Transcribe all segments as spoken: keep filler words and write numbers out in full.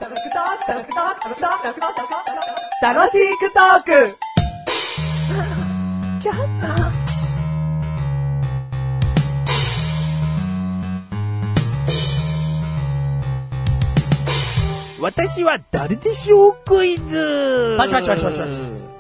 楽しくトーク私は誰でしょうクイズ。 パシパシパシパシパシ。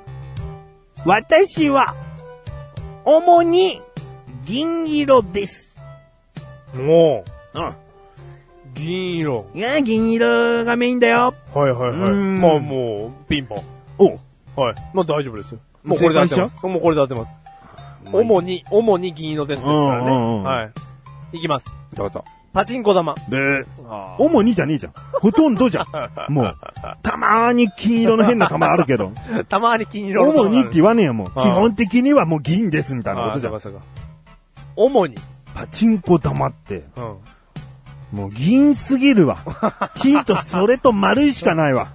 私は主に銀色です。 もう。うん。 銀色。 いや、銀色がメインだよ。 はいはいはい。まあもう、ピンポン。 おはい。まあ大丈夫ですよ。もうこれで当てます。もうこれで当てます。主に、主に銀色ですですからね。はい。いきます。 どうぞ。 パチンコ玉。 で、主にじゃねえじゃん。ほとんどじゃん。もう、たまーに金色の変な玉あるけど。 たまーに金色の玉。 主にって言わねえよ、もう。基本的にはもう銀ですみたいなことじゃん。 主に。 パチンコ玉って。 うん。 もう銀すぎるわ。ヒントそれと丸いしかないわ。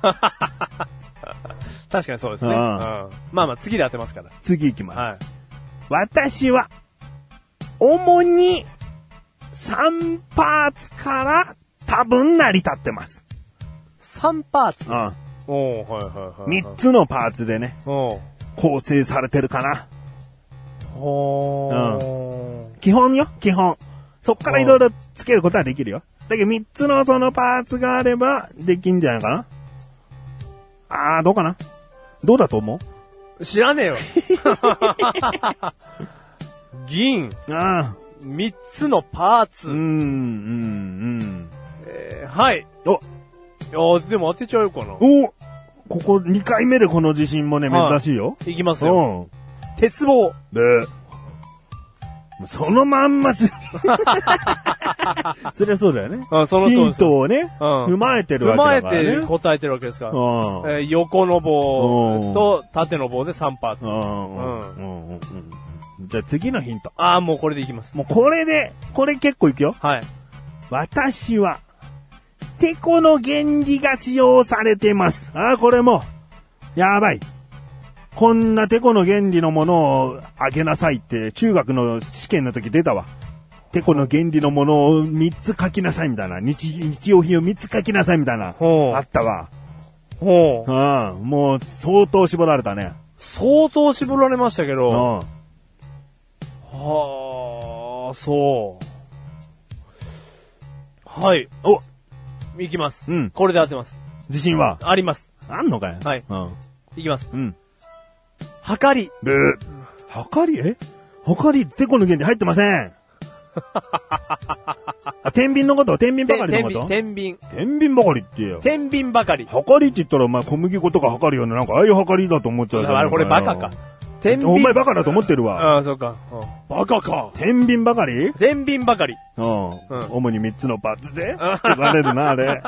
確かにそうですね。うん、まあまあ次で当てますから。 次行きます。 はい、 私は、主にさんパーツから多分成り立ってます。 さんパーツ？ うん。 おー、はいはいはい。 みっつのパーツでね、 お構成されてるかな。 ほー。 うん。基本よ、基本。そっからいろいろつけることはできるよ。だけどみっつのそのパーツがあればできんじゃないかな。あー、どうかな。どうだと思う？知らねえよ。銀。 ああ。 みっつのパーツ。 うん、うん、うん。 えー、はい。 お。 いやでも当てちゃうかな。 おここにかいめでこの自信もね、珍しいよ。 いきますよ。鉄棒。 で、そのまんまし、そりゃそうだよね。 あそのヒントをね、うん、踏まえてるわけだからね。 踏まえて答えてるわけですから。うんえー、横の棒と縦の棒でさんパーツ。 うんうん、じゃあ次のヒント。 ああ、もうこれでいきます。 もうこれで、これ結構いくよ。 はい。 私は、テコの原理が使用されてます。ああ、これも、やばい。こんなテコの原理のものをあげなさいって中学の試験の時出たわ。テコの原理のものをみっつ書きなさいみたいな。日、日用品をみっつ書きなさいみたいな。あったわ。 ほう。 うん。もう相当絞られたね。 相当絞られましたけど。 うん。 はあ、そう。はい。お、いきます。 うん。 これで当てます。 自信はあります。 あんのかよ。 はい。うん。いきます。 うん。 はかり。 ブー。はかりえはかりテコの原理入ってません。あ、天秤のこと天秤ばかりのこと天秤。 天秤ばかりって言えよ。 天秤ばかり。 はかりって言ったらお前小麦粉とかはかるよね。なんかああいうはかりだと思っちゃうじゃん。 あれこれバカか。天秤。 お前バカだと思ってるわ。 ああ、そうか。バカか。 天秤ばかり天秤ばかり。 うん。主にみっつのパーツで作られるな、あれ。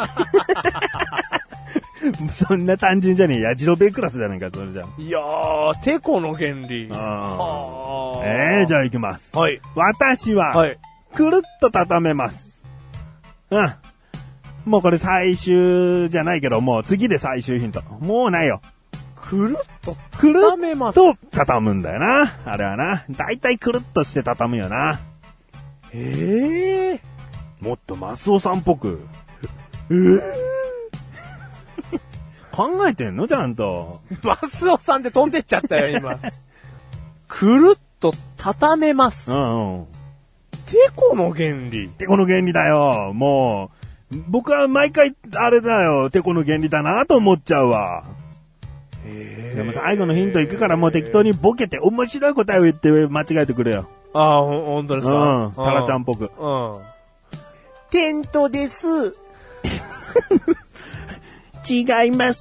そんな単純じゃねえ。やじろべえクラスじゃねえか、それじゃ。 いやー、テコの原理。 はあ。えー、じゃあ行きます。 はい。 私は、 はい。 くるっと畳めます。うん。もうこれ最終じゃないけど、もう次で最終ヒント。もうないよ。 くるっと畳めます。 くるっと畳むんだよな。あれはな。だいたいくるっとして畳むよな。 ええー。もっとマスオさんっぽく。 えー考えてんのちゃんと。 マスオさんで飛んでっちゃったよ、今。くるっと畳めます。 うんうん。 テコの原理。 テコの原理だよ。もう、僕は毎回、あれだよ、テコの原理だなと思っちゃうわ。 へー。 でも最後のヒントいくからもう適当にボケて面白い答えを言って間違えてくれよ。 ああ、ほ、ほんとですか。 うん。タラちゃんっぽく。 うん。テントです。 違います。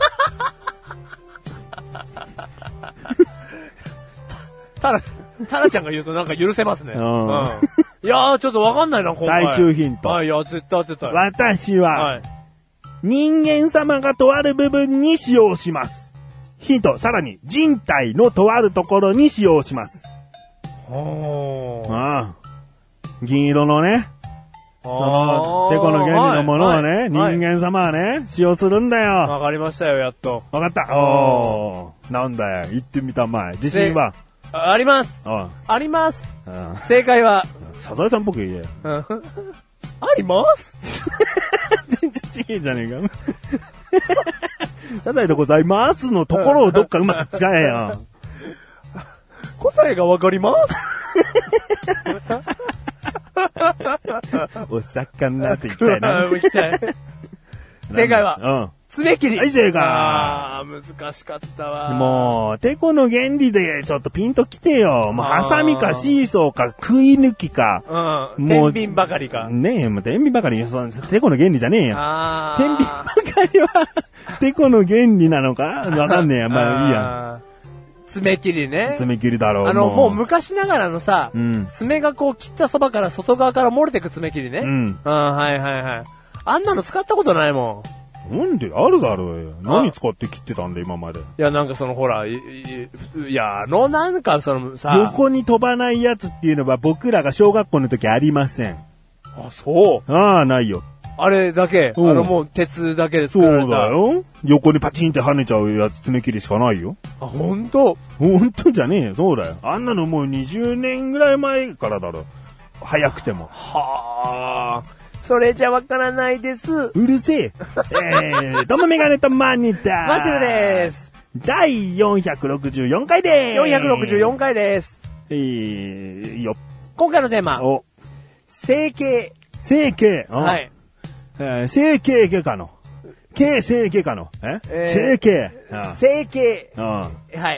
タラ、タラちゃんが言うとなんか許せますね。 うん。うん、 いやー、ちょっとわかんないな、今回。 最終ヒント。 はい、いや、絶対当てたい。 私は、 はい、 人間様がとある部分に使用します。ヒント、さらに人体のとあるところに使用します。 はー。 ああ。銀色のね。その、テコの原理のものをね、はいはい、人間様はね、使用するんだよ。 わかりましたよ、やっと。 わかった。おー。なんだよ、言ってみたまえ。自信はあ, あります。あります。正解は。 サザエさんっぽく言え。 あります。 全然しいじゃねえか。サザエでございますのところをどっかうまく使えよ。 答えがわかりますお魚って行きたいな。 行きたい。正解は、 うん。 爪切り。 はい、正解。 あー、難しかったわ。 もう、てこの原理でちょっとピンと来てよ。もう、ハサミかシーソーか食い抜きか。 うん。天秤ばかりか。 ねえ、もう天秤ばかり。そのてこの原理じゃねえよ。 あー。 天秤ばかりは、てこの原理なのかわかんねえや。まあいいや。 爪切りね。 爪切りだろう。 あの、もう昔ながらのさ、うん、爪がこう切ったそばから外側から漏れてく爪切りね。うん。あはいはいはい。あんなの使ったことないもん。 なんであるだろうよ。何使って切ってたんだ今まで。いや、なんかそのほら、い、い、いや、あのなんかそのさ。 横に飛ばないやつっていうのは僕らが小学校の時ありません。 あ、そう。 ああ、ないよ。 あれだけ、あのもう鉄だけで作られた。 そうだよ。横にパチンって跳ねちゃうやつ爪切りしかないよ。 あ、ほんと？ ほんとじゃねえよ。そうだよ。あんなのもうにじゅうねんぐらい前からだろ。早くても。 はあ。それじゃわからないです。 うるせえ。えー、どうもメガネとマニター。 マシュルです。 だいよんひゃくろくじゅうよんかいでーす。 よんひゃくろくじゅうよんかいです。 えー、よ。 今回のテーマ。お。整形。 整形。 はい。 えー、整形外科の。形整形科の。え、えー、整形。 整形。はい。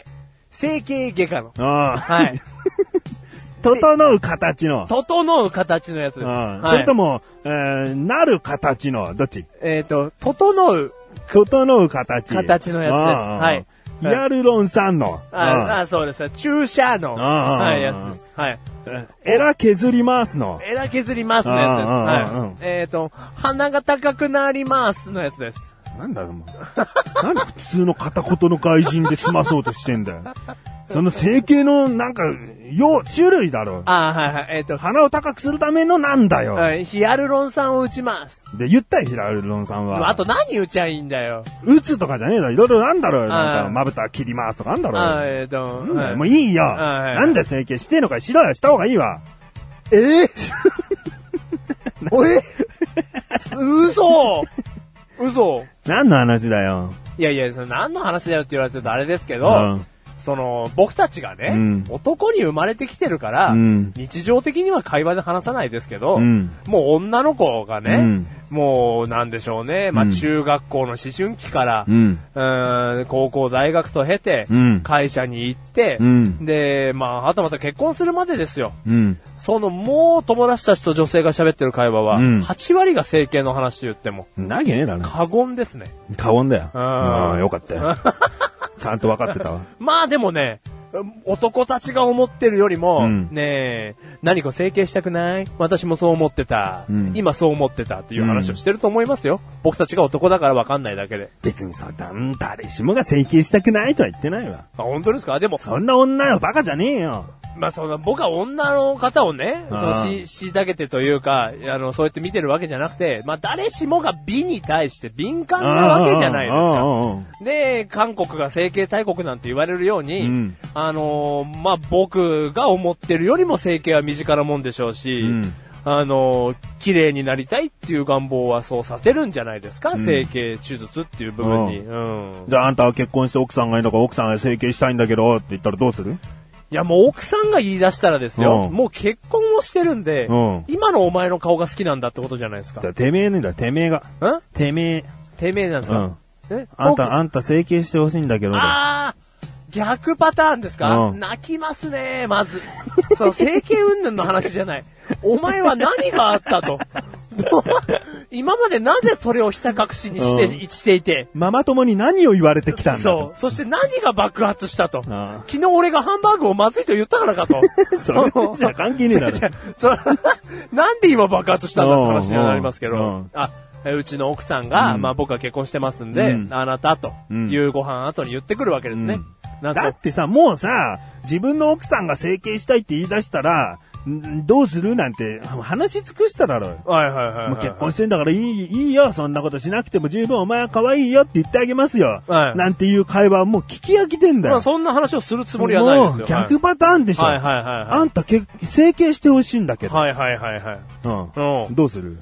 整形外科の。はい。 整う形の。 整う形のやつです。はい、 それとも、えー、なる形の、どっち？ えっと、整う。 整う形。 形のやつです。はい。 ヒアルロン酸の。 ああ、そうです。注射の。はい、やつです。はい。 エラ削りますの。 エラ削りますのやつです。はい。えっと、鼻が高くなりますのやつです。 なんだよ、もう。なんで普通の片言の外人で済まそうとしてんだよ。その整形のなんか、よ、種類だろ。 ああ、はいはい。えっ、ー、と、 鼻を高くするためのなんだよ。 はい。ヒアルロン酸を打ちます。 で、言ったよ、ヒアルロン酸は。 あと何打ちゃいいんだよ。 打つとかじゃねえだろ。いろいろなんだろう。なんか、まぶた切りますとかなんだろう。 あえっ、ー、と、 うんはい、もういいよ。なんで整形してんのかしろよ。した方がいいわ。 えぇ、ー、おえ嘘嘘何の話だよ。 いやいや、その何の話だよって言われてるとあれですけど、うんその、僕たちがね、うん、男に生まれてきてるから、うん、日常的には会話で話さないですけど、うん、もう女の子がね、うん、もうなんでしょうね、まあ中学校の思春期から、うん、うん高校大学と経て、うん、会社に行って、うん、で、まあはたまた結婚するまでですよ。うん、そのもう友達たちと女性が喋ってる会話は、うん、はちわりが整形の話と言っても。 なげねえだな。 過言ですね。 過言だよ。ああ、よかったよ。ちゃんと分かってたわ。 まあでもね、男たちが思ってるよりも、うん、ねえ、何か整形したくない？私もそう思ってた、うん。今そう思ってたっていう話をしてると思いますよ。うん、僕たちが男だから分かんないだけで。 別にさ、誰しもが整形したくないとは言ってないわ。 あ、本当ですか？でも。 そんな女よ、バカじゃねえよ。 まあその僕は女の方をね、そのし、虐げてというか、あの、そうやって見てるわけじゃなくて、まあ誰しもが美に対して敏感なわけじゃないですか。で、韓国が整形大国なんて言われるように、うん、あのー、まあ僕が思ってるよりも整形は身近なもんでしょうし、うん、あのー、綺麗になりたいっていう願望はそうさせるんじゃないですか、うん、整形手術っていう部分に。うんうん、じゃああんたは結婚して奥さんがいるのか奥さんが整形したいんだけどって言ったらどうする？ いやもう奥さんが言い出したらですよ、うん、もう結婚をしてるんで、うん、今のお前の顔が好きなんだってことじゃないですか。 てめえねんだ、てめえが。んてめえ。 てめえなんですか、うん、 えあんた、あんた整形してほしいんだけど。 あー、逆パターンですか、うん、泣きますね、まず。その整形云々の話じゃない。お前は何があったと。今までなぜそれをひた隠しにして、うん、していて。 ママ友に何を言われてきたんだ。 そう。そして何が爆発したと。昨日俺がハンバーグをまずいと言ったからかと。 それじゃ関係ねえだろ。 そなんで今爆発したんだって話にはなりますけど。あ、うちの奥さんが、うん、まあ僕は結婚してますんで、うん、あなたと、夕ご飯後に言ってくるわけですね。 うん、だってさ、もうさ、自分の奥さんが整形したいって言い出したら、どうするなんて話し尽くしただろう。 はいはいはい、はい。 もう結婚してんだからいい、いいよ。そんなことしなくても十分お前は可愛いよって言ってあげますよ。はい。なんていう会話はもう聞き飽きてんだよ。 まあそんな話をするつもりはないですよ。 もう逆パターンでしょ。はいはいはい、はい。あんたけ整形してほしいんだけど。 はいはいはいはい。 うん。うん。どうする？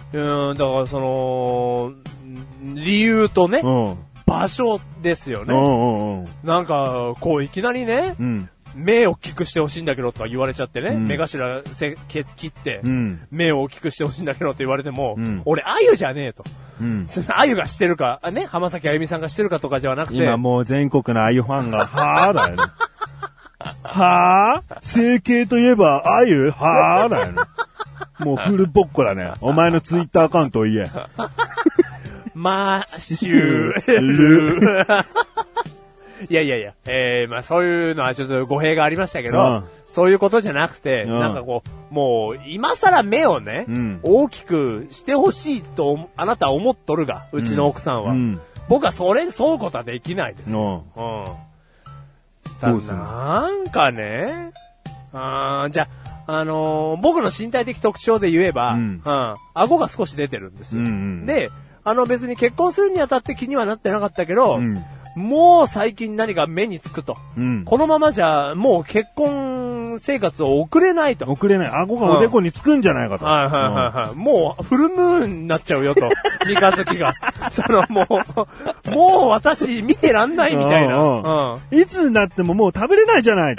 うん、だからその、理由とね、うん、場所ですよね。うんうんうん、なんか、こういきなりね、うん、目を大きくしてほしいんだけどとか言われちゃってね、うん、目頭せけ切って、うん、目を大きくしてほしいんだけどって言われても、うん、俺、あゆじゃねえと。うん、あゆがしてるか、ね、浜崎あゆみさんがしてるかとかじゃなくて。 今もう全国のあゆファンが、はぁだよね。はぁ整形といえば、あゆはぁだよね。もうフルボッコだね。お前のツイッターアカウントを言え。 マッシュル。いやいやいや、えー、まあそういうのはちょっと語弊がありましたけど、うん、そういうことじゃなくて、うん、なんかこう、もう、今更目をね、うん、大きくしてほしいと、あなたは思っとるが、うちの奥さんは。うん、僕はそれ、そういうことはできないです。うん。うん。ただなんかね、あーじゃあ、あのー、僕の身体的特徴で言えば、うん、うん、顎が少し出てるんですよ。うんうん、で、あの別に結婚するにあたって気にはなってなかったけど、うん、もう最近何か目につくと、うん。このままじゃもう結婚生活を送れないと。 送れない。顎がおでこにつくんじゃないかと。 うん、はいはいはいはい。もうフルムーンになっちゃうよと。三日月が。そのもう、もう私見てらんないみたいな。うんうん、いつになってももう食べれないじゃないって。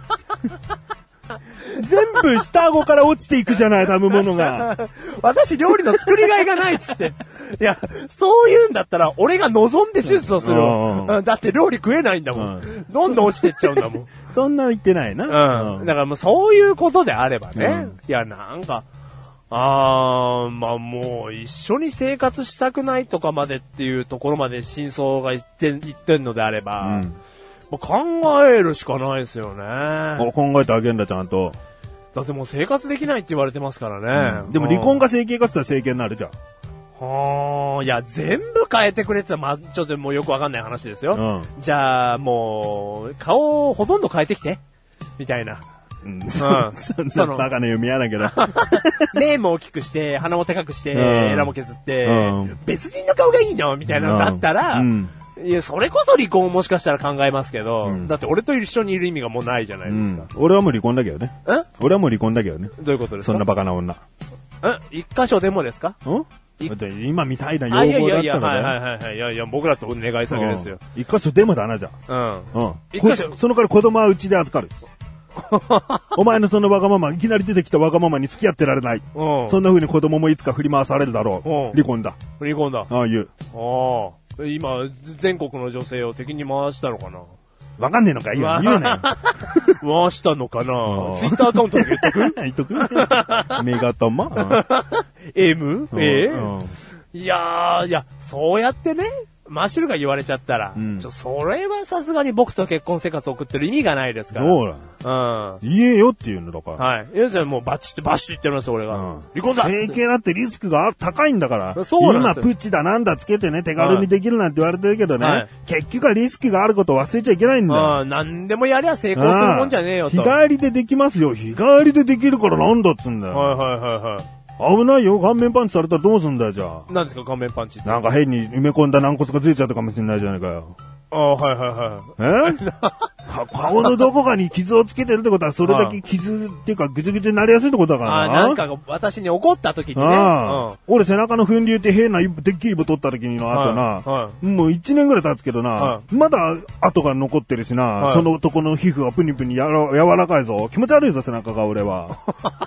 全部下顎から落ちていくじゃない、食べ物が。 私料理の作りがいがないっつって。いや、そういうんだったら俺が望んで手術をするわ。だって料理食えないんだもん。うん、どんどん落ちてっちゃうんだもん。 そんな言ってないな。 うん。だからもうそういうことであればね。うん、いや、なんか、あー、まあもう一緒に生活したくないとかまでっていうところまで真相が言って、言ってんのであれば、うん、考えるしかないですよね。 考えてあげんだ、ちゃんと。 だってもう生活できないって言われてますからね。 うん、でも離婚が整形かって言ったら整形になるじゃん。 はー、いや、全部変えてくれって言ったら、まあ、ちょっともうよくわかんない話ですよ。うん、じゃあ、もう、顔をほとんど変えてきて。みたいな。 うん。そんなバカな読みやだけど。 目も大きくして、鼻も高くして、うん、エラも削って、うん、別人の顔がいいのみたいなのだったら、うんいや、それこそ離婚をもしかしたら考えますけど、うん、だって俺と一緒にいる意味がもうないじゃないですか。 うん、俺はもう離婚だけどね。 え俺はもう離婚だけどね。 どういうことですか？ そんなバカな女。 え一箇所でもですか？ ん今みたいな要望だったらね。いやいやいや、はいはいはい。いやいや、僕らと願い下げですよ。 一箇所でもだな、じゃあ。うん。うん。 一箇所。そのから子供はうちで預かる。お前のそのわがまま、いきなり出てきたわがままに付き合ってられない。うん。そんな風に子供もいつか振り回されるだろう。うん。離婚だ。 離婚だ。 ああいう。 ああ。今、全国の女性を敵に回したのかな？ わかんねえのかいいよ。言うなよ。 回したのかな？ツイッターアカウントで言っとく？ 言っとく？メガトマ ?M? えいやー、いや、そうやってね、マッシュルが言われちゃったら、うん、ちょそれはさすがに僕と結婚生活を送ってる意味がないですから。 そうだ。うん。言えよって言うんだから。 はい。要するにもうバチってバシッって言ってますよ、俺が。うん、離婚だ整形だってリスクが高いんだから。 そうなんですよ。今、プチだなんだつけてね、手軽にできるなんて言われてるけどね。はい、結局はリスクがあることを忘れちゃいけないんだよ。 うん。なんでもやりゃ成功するもんじゃねえよと。 日帰りでできますよ。日帰りでできるからなんだっつうんだよ。 はいはいはいはい。 危ないよ。顔面パンチされたらどうすんだよ、じゃあ。 何ですか、顔面パンチって。 なんか変に埋め込んだ軟骨がついちゃったかもしれないじゃないかよ。 ああ、はいはいはい。 え顔のどこかに傷をつけてるってことは、それだけ傷っていうか、ぐちゅぐちゅになりやすいってことだからな。 ああ、なんか私に怒った時にね。 ああ、うん、俺背中の粉瘤って変なでっきいイボ取った時の後な、はいはい、もう一年ぐらい経つけどな、はい、まだ跡が残ってるしな、はい、そのとこの皮膚がプニプニやら柔らかいぞ。気持ち悪いぞ、背中が俺は。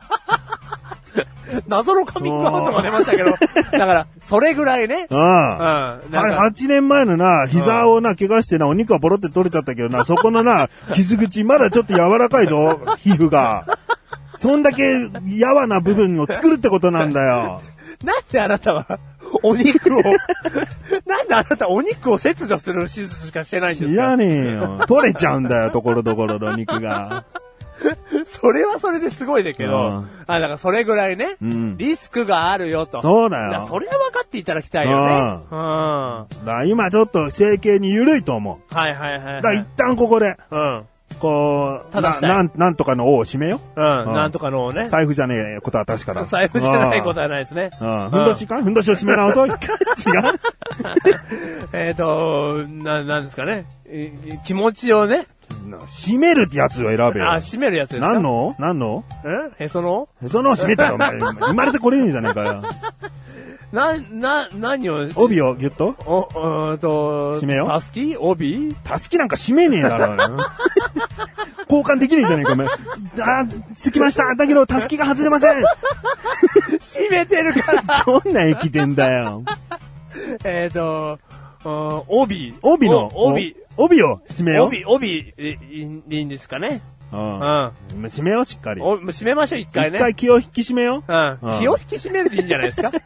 謎のカミングアウトが出ましたけど、だから、それぐらいね。 うん。うん。はちねんまえのな、膝をな、怪我してな、お肉はボロって取れちゃったけどな、そこのな、傷口、まだちょっと柔らかいぞ、皮膚が。そんだけ、やわな部分を作るってことなんだよ。 なんであなたは、お肉を、なんであなたお肉を切除する手術しかしてないんですか？ 知らねえよ。取れちゃうんだよ、ところどころの肉が。 それはそれですごいだけど、うん、あ、だからそれぐらいね、うん、リスクがあるよと。 そうだよ。だそれは分かっていただきたいよね。うん。うん、 だから今ちょっと整形に緩いと思う。はいはいはい、はい。 だから一旦ここで、うん。こう、な、なん、なんとかの王を締めよ。 うん。うん、なんとかの王ね。 財布じゃねえことは確かだ。 財布じゃないことはないですね。 うん。ふんどしかふんどしを締め直そう。違うえっと、な、なんですかね。気持ちをね、 閉めるってやつを選べよ。 あ、閉めるやつですか？ 何の何のえへそのへその閉めたよ、お前。生まれてこれねえじゃねえかよ。 な、な、何を帯をギュッとお、うーんと、 閉めよう。 たすき帯たすきなんか閉めねえだろ。交換できねえじゃねえか、お前。あー、つきました。だけど、たすきが外れません。 閉めてるから。 どんな駅伝だよ。 えっと、うん、帯。 帯の帯。 帯を閉めよう。 帯、帯、いいいいんですかね。 うん。うん。閉めよう、しっかり。 お、閉めましょう、一回ね。 一回気を引き締めよう。 うん。気を引き締めるでいいんじゃないですか。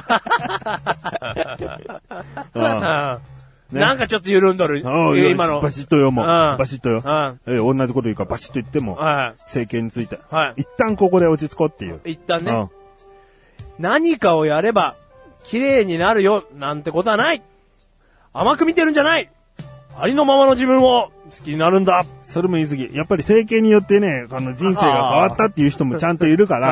うん。なんかちょっと緩んどる。今の。 バシッとよ、もう。バシッとよ。え、同じこと言うからバシッと言っても。 はい。 政権について。 はい。 一旦ここで落ち着こうっていう。 一旦ね。何かをやれば、綺麗になるよ、なんてことはない。甘く見てるんじゃない。ありのままの自分を好きになるんだ。 それも言い過ぎ。やっぱり整形によってね、あの人生が変わったっていう人もちゃんといるから、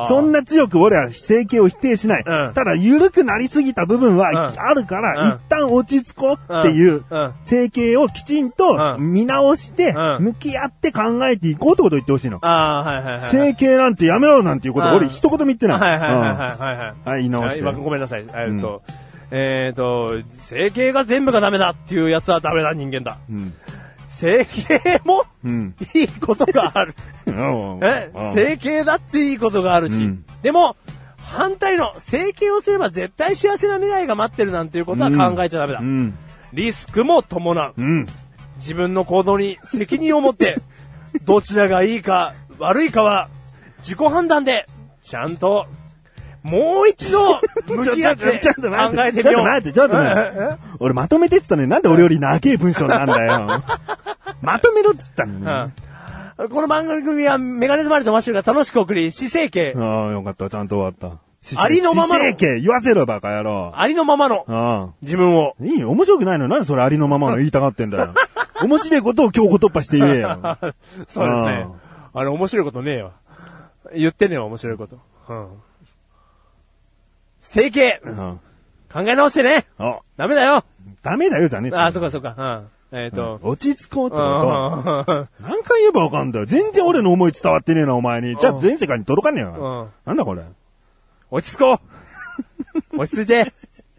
そんな強く俺は整形を否定しない。うん、ただ、緩くなりすぎた部分はあるから、うん、一旦落ち着こうっていう、整形をきちんと見直して、向き合って考えていこうってことを言ってほしいの。整形なんてやめろなんていうことを俺一言も言ってない。はいはいはいはいはい。はい、言い直して。 ごめんなさい。えっと、えっと、整形が全部がダメだっていうやつはダメな人間だ。うん整形も、うん、いいことがある。え整形だっていいことがあるし、うん、でも、反対の、整形をすれば絶対幸せな未来が待ってるなんていうことは考えちゃダメだ。うん、リスクも伴う、うん。自分の行動に責任を持って、どちらがいいか悪いかは自己判断で、ちゃんと、もう一度、向き合って考えてみよう。 ちょっと待って、ちょっと待って。俺まとめてって言ったのになんで俺より長い文章なんだよ。まとめろっつったのに、ねうん。この番組はメガネとマリとマッシュルが楽しく送り、私生系。 ああ、よかった。ちゃんと終わった。 ありのままの。 私生系言わせろ、バカ野郎。 ありのままの。自分を。 いいよ、面白くないの。なんでそれありのままの言いたがってんだよ。面白いことを強行突破して言えよ。 そうですね。あれ面白いことねえわ。言ってねえわ、面白いこと。うん整形、うん、考え直してねダメだよダメだよじゃねえあ、そっかそっか。うん。えっ、ー、と、 うん、落ち着こうってこと何回言えばわかんだよ。全然俺の思い伝わってねえな、お前に。じゃあ全世界に届かねえよ。うん。なんだこれ。 落ち着こう落ち着いて